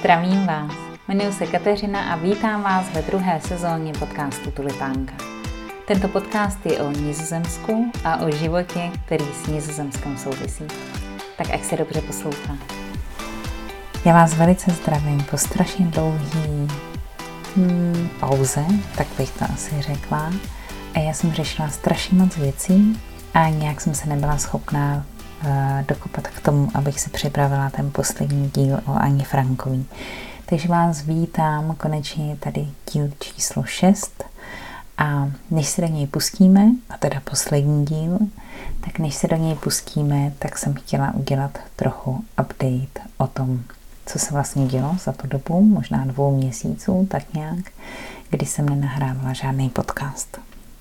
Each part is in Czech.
Zdravím vás, jmenuji se Kateřina a vítám vás ve druhé sezóně podcastu Tulipánka. Tento podcast je o Nizozemsku a o životě, který s Nizozemskem souvisí. Tak ať se dobře poslouchá. Já vás velice zdravím po strašně dlouhý pauze, tak bych to asi řekla. A já jsem řešila strašně moc věcí a nějak jsem se nebyla schopná dokopat k tomu, abych si připravila ten poslední díl o Anně Frankové. Takže vás vítám, konečně tady díl číslo 6 a než se do něj pustíme, a teda poslední díl, tak než se do něj pustíme, tak jsem chtěla udělat trochu update o tom, co se vlastně dělo za tu dobu, možná 2 měsíců, tak nějak, kdy jsem nenahrávala žádný podcast.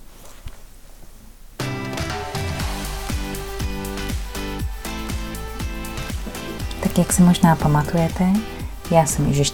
Tak jak si možná pamatujete, já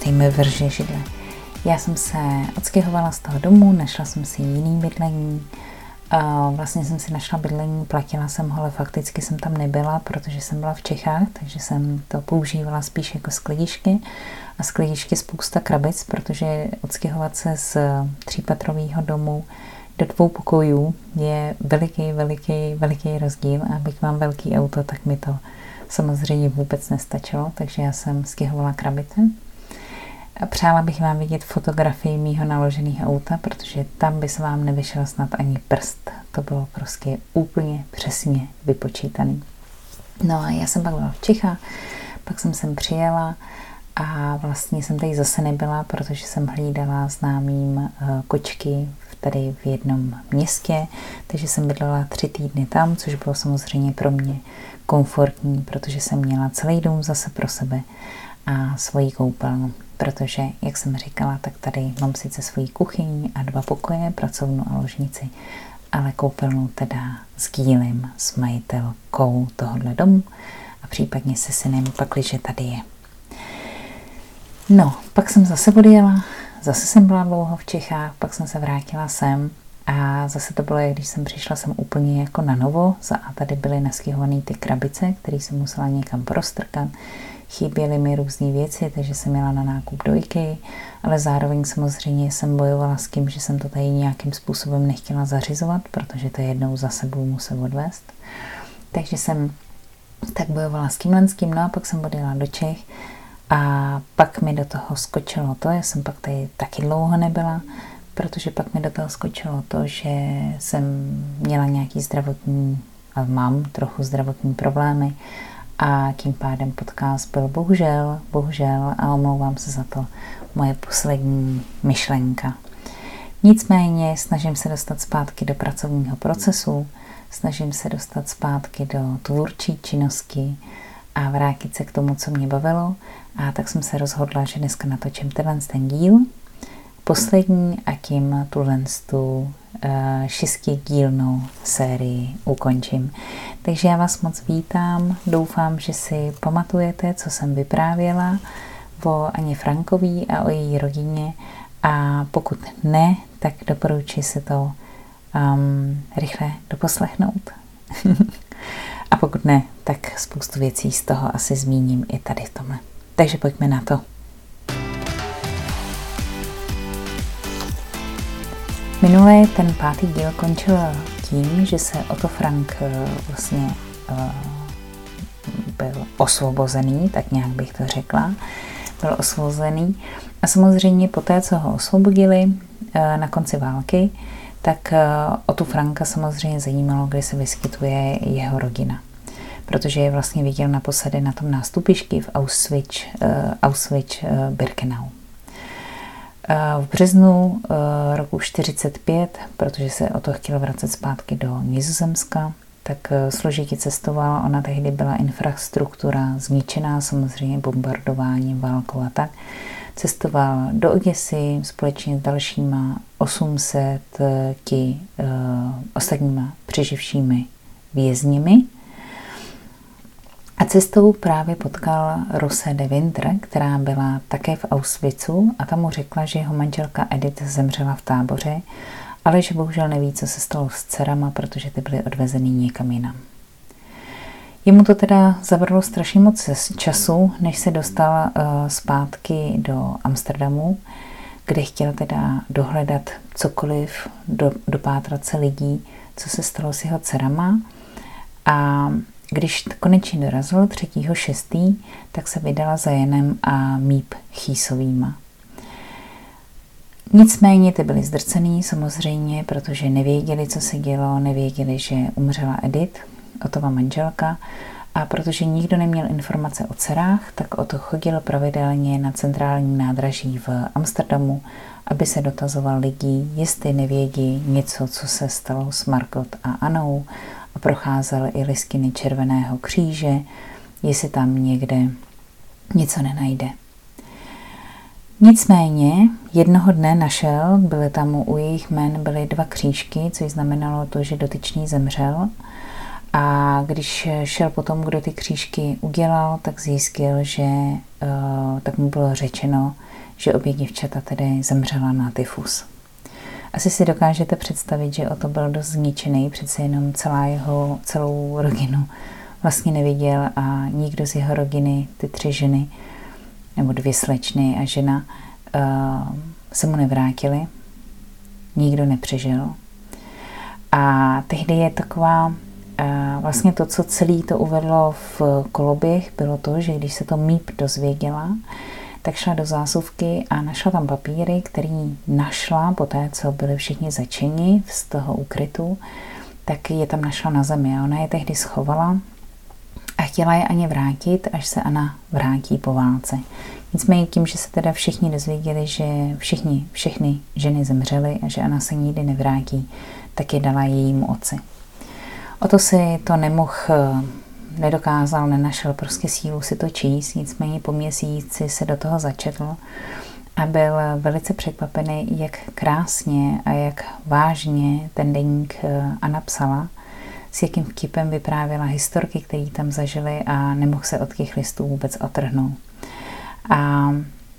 jsem se odstěhovala z toho domu, našla jsem si jiný bydlení. Vlastně jsem si našla bydlení, platila jsem ho, ale fakticky jsem tam nebyla, protože jsem byla v Čechách, takže jsem to používala spíš jako skladišky. A skladišky spousta krabic, protože odstěhovat se z 3patrového domu do 2 pokojů je veliký rozdíl. A abych mám velký auto, tak mi to samozřejmě vůbec nestačilo, takže já jsem stěhovala krabice. A přála bych vám vidět fotografii mýho naloženého auta, protože tam by se vám nevyšel snad ani prst. To bylo prostě úplně přesně vypočítaný. No a já jsem pak byla v Čechách, pak jsem sem přijela a vlastně jsem tady zase nebyla, protože jsem hlídala známým kočky tady v jednom městě, takže jsem bydlela 3 týdny tam, což bylo samozřejmě pro mě komfortní, protože jsem měla celý dům zase pro sebe a svoji koupelnu. Protože, jak jsem říkala, tak tady mám sice svoji kuchyň a 2 pokoje, pracovnu a ložnici, ale koupelnu teda sdílím s majitelkou tohohle domu a případně se synem, pakliže tady je. No, pak jsem zase odjela, zase jsem byla dlouho v Čechách, pak jsem se vrátila sem a zase to bylo, jak když jsem přišla sem úplně jako na novo a tady byly nastěhované ty krabice, které jsem musela někam prostrkat. Chyběly mi různé věci, takže jsem jela na nákup do IKEA, ale zároveň samozřejmě jsem bojovala s tím, že jsem to tady nějakým způsobem nechtěla zařizovat, protože to jednou za sebou musel odvést. Takže jsem tak bojovala s tímhlenským, no a pak jsem odjela do Čech a pak mi do toho skočilo to, já jsem pak tady taky dlouho nebyla, protože pak mi do toho skočilo to, že jsem měla nějaký zdravotní, a mám trochu zdravotní problémy, a tím pádem podcast byl bohužel a omlouvám se za to, moje poslední myšlenka. Nicméně snažím se dostat zpátky do pracovního procesu, snažím se dostat zpátky do tvůrčí činnosti a vrátit se k tomu, co mě bavilo. A tak jsem se rozhodla, že dneska natočím ten díl, poslední, a tím tu 6dílnou sérii ukončím. Takže já vás moc vítám, doufám, že si pamatujete, co jsem vyprávěla o Anně Frankové a o její rodině, a pokud ne, tak doporučuji si to rychle doposlechnout. A pokud ne, tak spoustu věcí z toho asi zmíním i tady v tomhle. Takže pojďme na to. Minulé ten 5. díl končil tím, že se Otto Frank vlastně byl osvobozený, tak nějak bych to řekla. Byl osvobozený a samozřejmě poté, co ho osvobodili na konci války, tak Otto Franka samozřejmě zajímalo, kde se vyskytuje jeho rodina. Protože je vlastně viděl naposledy na tom nástupišti v Auschwitz-Birkenau. V březnu roku 1945, protože se o to chtěl vracet zpátky do Nizozemska, tak složitě cestoval. Ona tehdy byla infrastruktura zničená, samozřejmě bombardováním, válkou a tak. Cestoval do Oděsy společně s dalšíma 800 ostatníma přeživšími vězněmi. A cestou právě potkal Rose de Winter, která byla také v Auschwitzu, a tam mu řekla, že jeho manželka Edith zemřela v táboře, ale že bohužel neví, co se stalo s dcerama, protože ty byly odvezeny někam jinam. Jemu to teda zabralo strašně moc času, než se dostal zpátky do Amsterdamu, kde chtěl teda dohledat cokoliv, dopátrat se lidí, co se stalo s jeho dcerama. A když konečně dorazil 3.6., tak se vydala za Janem a Míp Chýsovýma. Nicméně ty byli zdrcený samozřejmě, protože nevěděli, co se dělo, nevěděli, že umřela Edith, Ottova manželka, a protože nikdo neměl informace o dcerách, tak Otto chodil pravidelně na centrálním nádraží v Amsterdamu, aby se dotazoval lidí, jestli nevědí něco, co se stalo s Margot a Annou, a procházel i listiny Červeného kříže, jestli tam někde něco nenajde. Nicméně jednoho dne našel, byly tam u jejich jmen byly 2 křížky, což znamenalo to, že dotyčný zemřel. A když šel potom, kdo ty křížky udělal, tak zjistil, že tak mu bylo řečeno, že obě děvčata tedy zemřela na tyfus. Asi si dokážete představit, že Otto byl dost zničený, přece jenom celou rodinu vlastně neviděl a nikdo z jeho rodiny, ty 3 ženy, nebo 2 slečny a žena, se mu nevrátili. Nikdo nepřežil. A tehdy je taková, vlastně to, co celý to uvedlo v koloběh, bylo to, že když se to Míp dozvěděla, tak šla do zásuvky a našla tam papíry, který našla po té, co byli všichni začeni z toho úkrytu, tak je tam našla na zemi a ona je tehdy schovala a chtěla je Aně vrátit, až se Anna vrátí po válce. Nicméně tím, že se teda všichni dozvěděli, že všechny ženy zemřely a že Anna se nikdy nevrátí, tak je dala jejímu otci. Otto si to nedokázal, nenašel prostě sílu si to číst, nicméně po měsíci se do toho začetl a byl velice překvapený, jak krásně a jak vážně ten deník Anna psala, s jakým vtipem vyprávěla historky, které tam zažili a nemohl se od těch listů vůbec otrhnout. A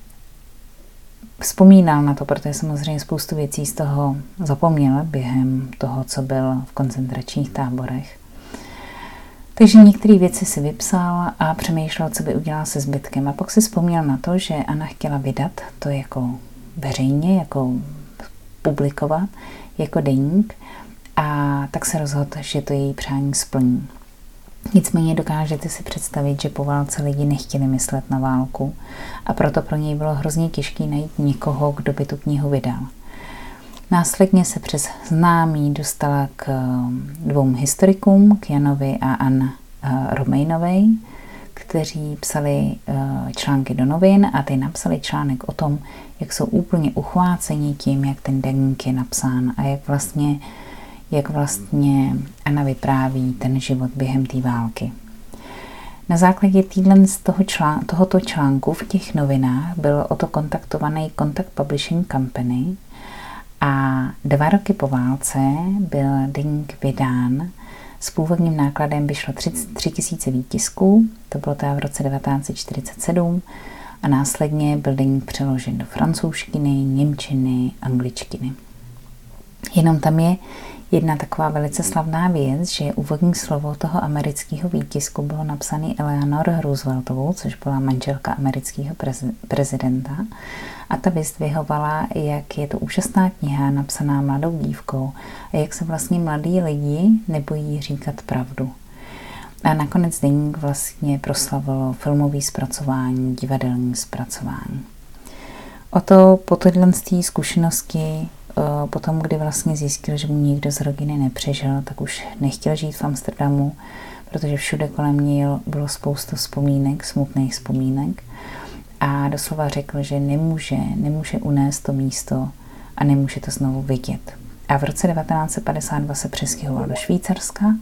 vzpomínal na to, protože samozřejmě spoustu věcí z toho zapomněl během toho, co byl v koncentračních táborech. Takže některé věci si vypsal a přemýšlel, co by udělal se zbytkem. A pak si vzpomněl na to, že Anna chtěla vydat to jako veřejně, jako publikovat, jako deník, a tak se rozhodl, že to její přání splní. Nicméně dokážete si představit, že po válce lidi nechtěli myslet na válku a proto pro něj bylo hrozně těžké najít někoho, kdo by tu knihu vydal. Následně se přes známí dostala k 2 historikům, k Janovi a Ann Romejnovej, kteří psali články do novin a ty napsali článek o tom, jak jsou úplně uchváceni tím, jak ten deník je napsán a jak vlastně Anna vypráví ten život během té války. Na základě tohoto článku v těch novinách byl o to kontaktovaný Contact Publishing Company a 2 roky po válce byl deník vydán. S původním nákladem by šlo 3000 výtisků, to bylo teda v roce 1947 a následně byl deník přeložen do francouzštiny, němčiny, angličtiny. Jenom tam je jedna taková velice slavná věc, že úvodní slovo toho amerického výtisku bylo napsané Eleanor Rooseveltovou, což byla manželka amerického prezidenta. A ta vyzdvihovala, jak je to úžasná kniha napsaná mladou dívkou a jak se vlastně mladí lidi nebojí říkat pravdu. A nakonec deník vlastně proslavilo filmové zpracování, divadelní zpracování. O to po téhle zkušenosti potom, kdy vlastně zjistil, že mu nikdo z rodiny nepřežil, tak už nechtěl žít v Amsterdamu, protože všude kolem něj bylo spoustu vzpomínek, smutných vzpomínek. A doslova řekl, že nemůže unést to místo a nemůže to znovu vidět. A v roce 1952 se přestěhoval do Švýcarska,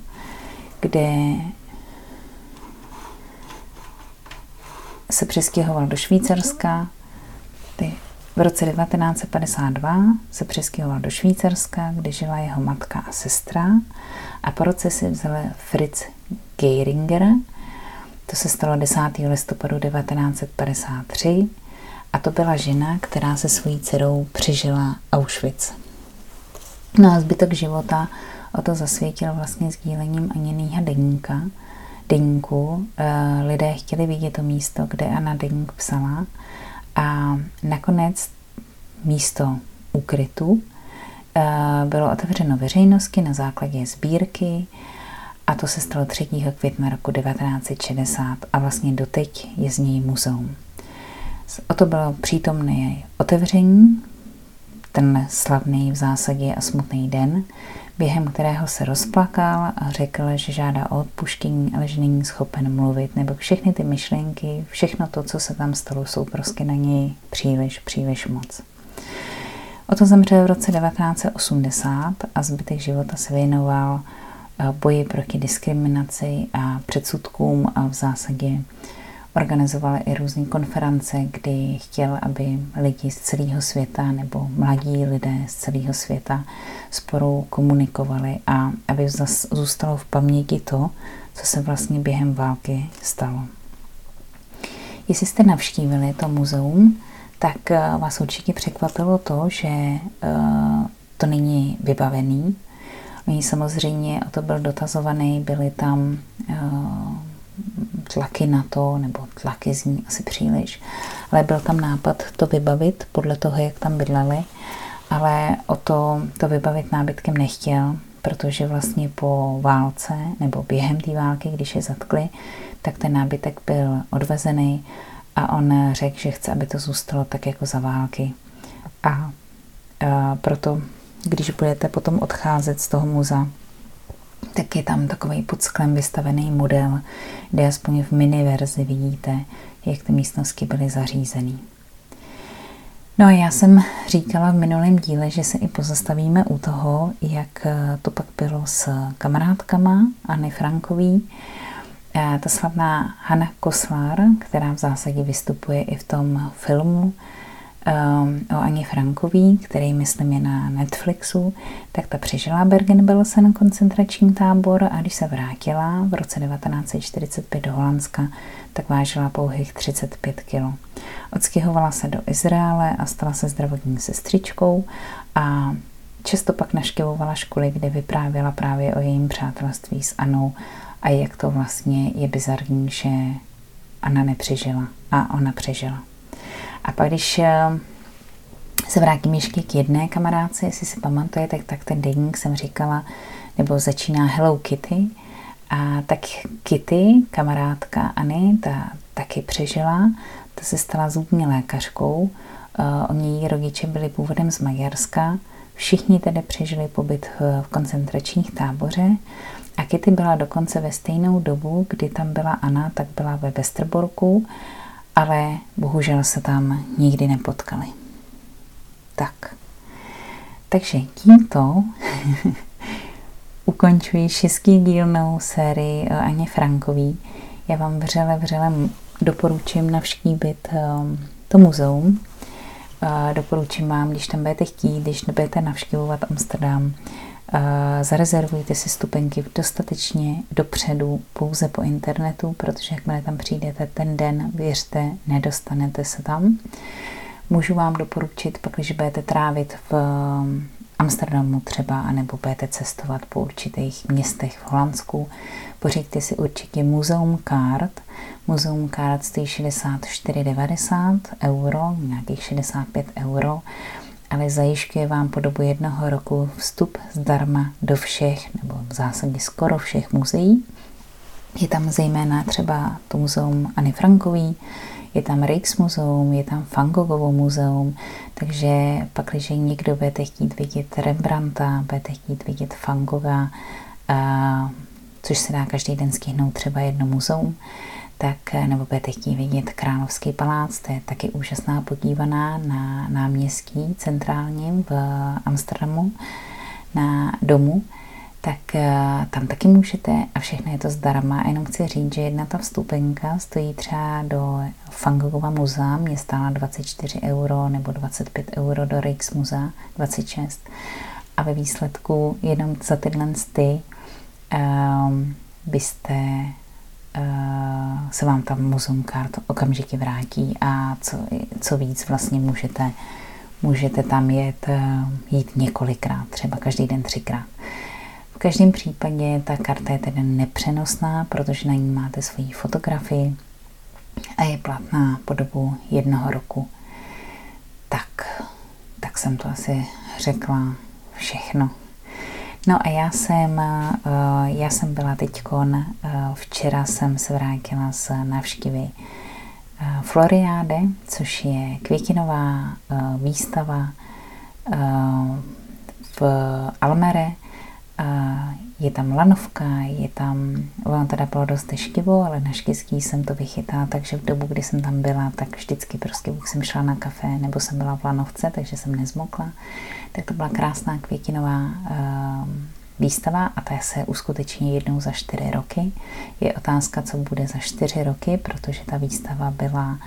v roce 1952 se přestěhoval do Švýcarska, kde žila jeho matka a sestra a po roce si vzal Fritz Geiringer. To se stalo 10. listopadu 1953 a to byla žena, která se svojí dcerou přežila Auschwitz. No a zbytek života o to zasvětil vlastně sdílením Aněnýho deníka, deníku lidé chtěli vidět to místo, kde Anna deník psala, a nakonec místo úkrytu bylo otevřeno veřejnosti na základě sbírky, a to se stalo 3. května roku 1960 a vlastně doteď je z něj muzeum. O to bylo přítomné otevření, ten slavný v zásadě a smutný den, během kterého se rozplakal a řekl, že žádá o odpuštění, ale že není schopen mluvit, nebo všechny ty myšlenky, všechno to, co se tam stalo, jsou prostě na něj příliš moc. O to zemřel v roce 1980 a zbytek života se věnoval boji proti diskriminaci a předsudkům a v zásadě organizoval i různé konference, kdy chtěl, aby lidi z celého světa nebo mladí lidé z celého světa spolu komunikovali a aby zůstalo v paměti to, co se vlastně během války stalo. Jestli jste navštívili to muzeum, tak vás určitě překvapilo to, že to není vybavený. Oni samozřejmě o to byl dotazovaný, byly tam tlaky na to, nebo tlaky zní asi příliš, ale byl tam nápad to vybavit podle toho, jak tam bydleli, ale o to vybavit nábytkem nechtěl, protože vlastně po válce, nebo během té války, když je zatkli, tak ten nábytek byl odvezený a on řekl, že chce, aby to zůstalo tak jako za války. A proto, když budete potom odcházet z toho muzea, tak je tam takový pod sklem vystavený model, kde aspoň v mini verzi vidíte, jak ty místnosti byly zařízený. No a já jsem říkala v minulém díle, že se i pozastavíme u toho, jak to pak bylo s kamarádkama Anny Frankový. Ta slavná Hana Koslar, která v zásadě vystupuje i v tom filmu o Aně Frankový, který myslím je na Netflixu, tak ta přežila Bergen-Belsen koncentrační tábor a když se vrátila v roce 1945 do Holandska, tak vážila pouhých 35 kg. Odstěhovala se do Izraele a stala se zdravotní sestřičkou a často pak navštěvovala školy, kde vyprávěla právě o jejím přátelství s Anou a jak to vlastně je bizarní, že Anna nepřežila a ona přežila. A pak, když se vrátím ještě k jedné kamarádce, jestli si pamatujete, tak ten deník jsem říkala, nebo začíná Hello Kitty. A tak Kitty, kamarádka Anny, ta taky přežila, ta se stala zubní lékařkou. Oni její rodiče byli původem z Maďarska, všichni tedy přežili pobyt v koncentračních táboře a Kitty byla dokonce ve stejnou dobu, kdy tam byla Anna, tak byla ve Westerborku, ale bohužel se tam nikdy nepotkali. Tak. Takže tímto ukončuji 6dílnou sérii o Aně Frankový. Já vám vřele doporučím navštívit to muzeum. Doporučím vám, když tam budete chtít, když budete navštěvovat Amsterdam, zarezervujte si stupenky dostatečně dopředu pouze po internetu, protože jakmile tam přijdete ten den, věřte, nedostanete se tam. Můžu vám doporučit, pak když budete trávit v Amsterdamu třeba, anebo budete cestovat po určitých městech v Holandsku, pořiďte si určitě Muzeum Kaart. Muzeum Kaart stojí 64,90 €, nějakých 65 €, ale zajišťuje vám po dobu 1 roku vstup zdarma do všech, nebo v zásadě skoro všech muzeí. Je tam zejména třeba to muzeum Anny Frankový, je tam Rijksmuseum, je tam Van Goghovo muzeum, takže pak, když někdo budete chtít vidět Rembrandta, budete chtít vidět Van Gogha, což se dá každý den stihnout třeba jedno muzeum, tak, nebo budete chtít vidět Královský palác, to je taky úžasná podívaná na náměstí centrálním v Amsterdamu, na domu, tak tam taky můžete a všechno je to zdarma. A jenom chci říct, že jedna ta vstupenka stojí třeba do Van Goghova muzea, mě stála 24 € nebo 25 € do Rijksmusea, 26. A ve výsledku jenom za tyhle byste se vám tam Muzeum Kaart okamžitě vrátí a co víc vlastně můžete tam jít několikrát, třeba každý den 3krát. V V každém případě ta karta je tedy nepřenosná, protože na ní máte svoji fotografii a je platná po dobu 1 roku. Tak jsem to asi řekla všechno. No a já jsem byla teďkon, včera jsem se vrátila z návštěvy Floriade, což je květinová výstava v Almere. Je tam lanovka, ono teda bylo dost deštivo, ale naštěstí jsem to vychytala, takže v dobu, kdy jsem tam byla, tak vždycky prostě buď jsem šla na kafe, nebo jsem byla v lanovce, takže jsem nezmokla. Tak to byla krásná květinová výstava a ta se uskuteční jednou za 4 roky. Je otázka, co bude za 4 roky, protože ta výstava byla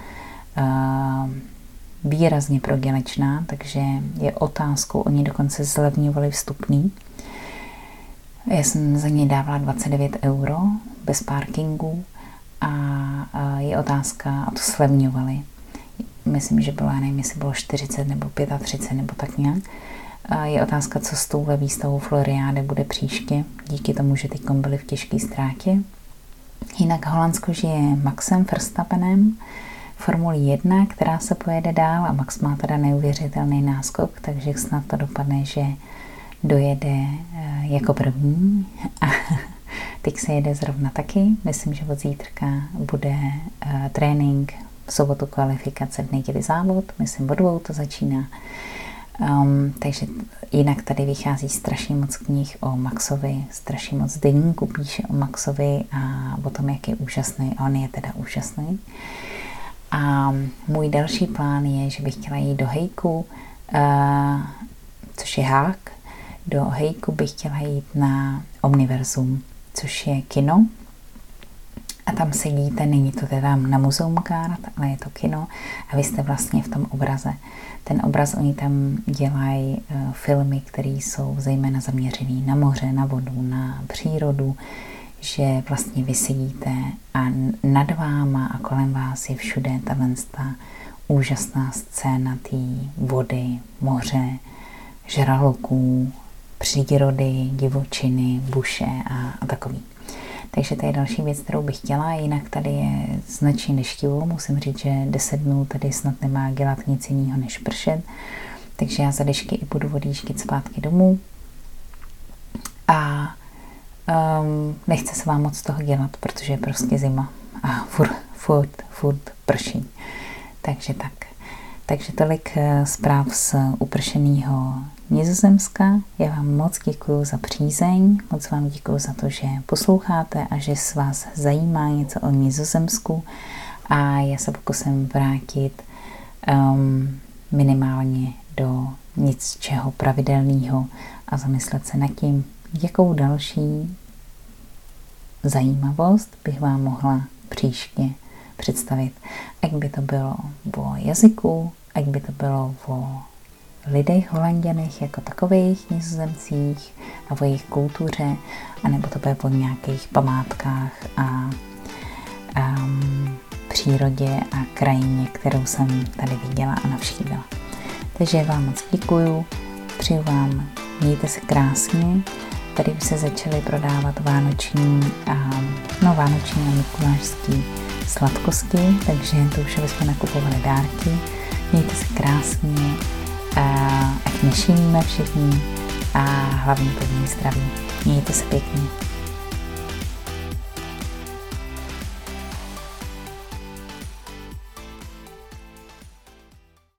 výrazně prodělečná, takže je otázkou, oni dokonce zlevňovali vstupný. Já jsem za něj dávala 29 € bez parkingu a je otázka, a to slevňovali. Myslím, že bylo, já nevím, jestli bylo 40 nebo 35 nebo tak nějak. Je otázka, co s touhle výstavou Floriade bude příště, díky tomu, že teď byli v těžké ztrátě. Jinak Holandsko žije Maxem Verstappenem, Formuli 1, která se pojede dál a Max má teda neuvěřitelný náskok, takže snad to dopadne, že dojede jako první a teď se jede zrovna taky. Myslím, že od zítrka bude trénink, v sobotu kvalifikace, v neděli závod, myslím od 2 to začíná. Takže jinak tady vychází strašně moc knih o Maxovi, strašně moc deníků píše o Maxovi a o tom, jak je úžasný. A on je teda úžasný. A můj další plán je, že bych chtěla jít do Hejku, což je Haag. Do Hejku bych chtěla jít na Omniverzum, což je kino. A tam sedíte, není to teda na muzeumkart, ale je to kino a vy jste vlastně v tom obraze. Ten obraz, oni tam dělají filmy, které jsou zejména zaměřený na moře, na vodu, na přírodu, že vlastně vy sedíte a nad váma a kolem vás je všude ta úžasná scéna té vody, moře, žraloků, přírody, divočiny, buše a takový. Takže to je další věc, kterou bych chtěla, jinak tady je značně deštivo, musím říct, že 10 dnů tady snad nemá dělat nic jiného než pršet, takže já za dešky i budu odjíždět zpátky domů a nechce se vám moc toho dělat, protože je prostě zima a furt prší. Takže tak. Takže tolik zpráv z upršeného Nizozemska. Já vám moc děkuju za přízeň, moc vám děkuju za to, že posloucháte a že s vás zajímá něco o Nizozemsku a já se pokusím vrátit minimálně do něčeho pravidelného a zamyslet se nad tím, jakou další zajímavost bych vám mohla příště představit. Ať by to bylo o jazyku, ať by to bylo o lidech, Holanděnech jako takových, Nizozemcích a o jejich kultuře, anebo to bude o nějakých památkách a přírodě a krajině, kterou jsem tady viděla a navštívila. Takže vám moc děkuju, přeju vám, mějte se krásně. Tady už se začaly prodávat vánoční a mikulášský sladkosti, takže to už bychom nakupovali dárky. Mějte se krásně, ať nešiníme všichni a hlavně pevný zdraví. Mějte se pěkně.